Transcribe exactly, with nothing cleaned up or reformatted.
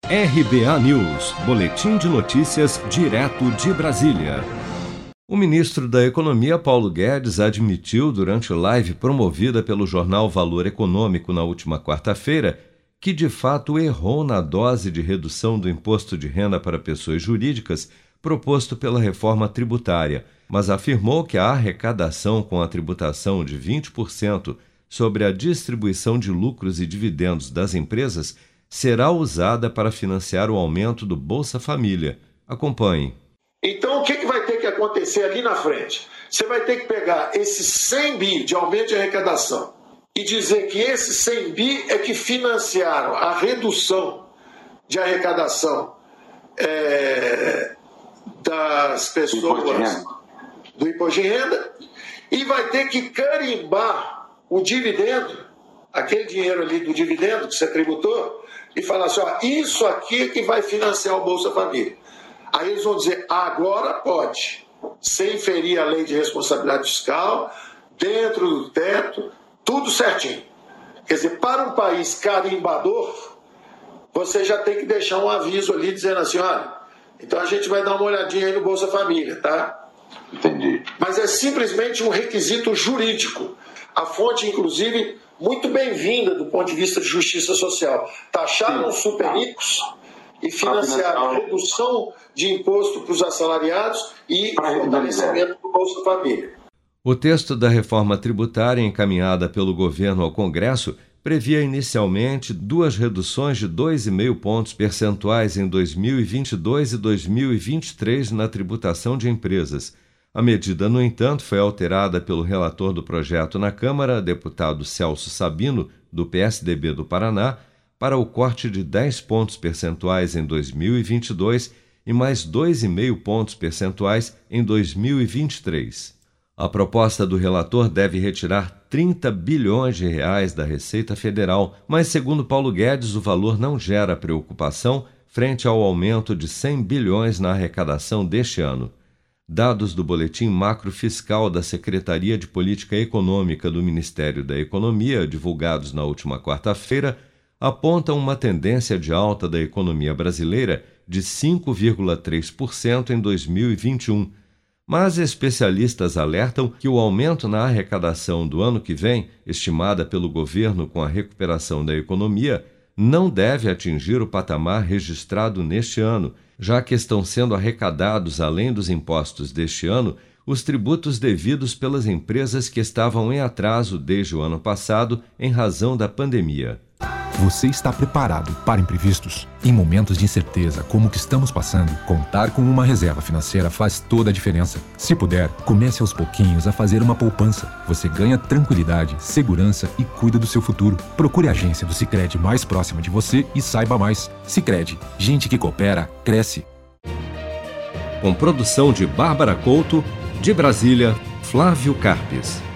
R B A News, boletim de notícias direto de Brasília. O ministro da Economia, Paulo Guedes, admitiu durante live promovida pelo jornal Valor Econômico na última quarta-feira que de fato errou na dose de redução do imposto de renda para pessoas jurídicas proposto pela reforma tributária, mas afirmou que a arrecadação com a tributação de vinte por cento sobre a distribuição de lucros e dividendos das empresas será usada para financiar o aumento do Bolsa Família. Acompanhe. Então, o que, que vai ter que acontecer ali na frente? Você vai ter que pegar esses cem bi de aumento de arrecadação e dizer que esses cem bi é que financiaram a redução de arrecadação é, das pessoas do imposto de renda e vai ter que carimbar o dividendo, aquele dinheiro ali do dividendo que você tributou, e falar assim, ó, isso aqui é que vai financiar o Bolsa Família. Aí eles vão dizer, agora pode, sem ferir a lei de responsabilidade fiscal, dentro do teto, tudo certinho. Quer dizer, para um país carimbador, você já tem que deixar um aviso ali dizendo assim, olha, então a gente vai dar uma olhadinha aí no Bolsa Família, tá? Entendi. Mas é simplesmente um requisito jurídico. A fonte, inclusive, muito bem-vinda do ponto de vista de justiça social. Taxaram os super ricos e financiaram a redução de imposto para os assalariados e fortalecimento do Bolsa Família. O texto da reforma tributária encaminhada pelo governo ao Congresso previa inicialmente duas reduções de dois vírgula cinco pontos percentuais em dois mil e vinte e dois e dois mil e vinte e três na tributação de empresas. A medida, no entanto, foi alterada pelo relator do projeto na Câmara, deputado Celso Sabino, do P S D B do Paraná, para o corte de dez pontos percentuais em dois mil e vinte e dois e mais dois vírgula cinco pontos percentuais em dois mil e vinte e três. A proposta do relator deve retirar trinta bilhões de reais da Receita Federal, mas, segundo Paulo Guedes, o valor não gera preocupação frente ao aumento de cem bilhões na arrecadação deste ano. Dados do Boletim Macrofiscal da Secretaria de Política Econômica do Ministério da Economia, divulgados na última quarta-feira, apontam uma tendência de alta da economia brasileira de cinco vírgula três por cento em dois mil e vinte e um. Mas especialistas alertam que o aumento na arrecadação do ano que vem, estimada pelo governo com a recuperação da economia, não deve atingir o patamar registrado neste ano, já que estão sendo arrecadados, além dos impostos deste ano, os tributos devidos pelas empresas que estavam em atraso desde o ano passado em razão da pandemia. Você está preparado para imprevistos? Em momentos de incerteza como o que estamos passando, contar com uma reserva financeira faz toda a diferença. Se puder, comece aos pouquinhos a fazer uma poupança. Você ganha tranquilidade, segurança e cuida do seu futuro. Procure a agência do Sicredi mais próxima de você e saiba mais. Sicredi, gente que coopera, cresce. Com produção de Bárbara Couto, de Brasília, Flávio Carpes.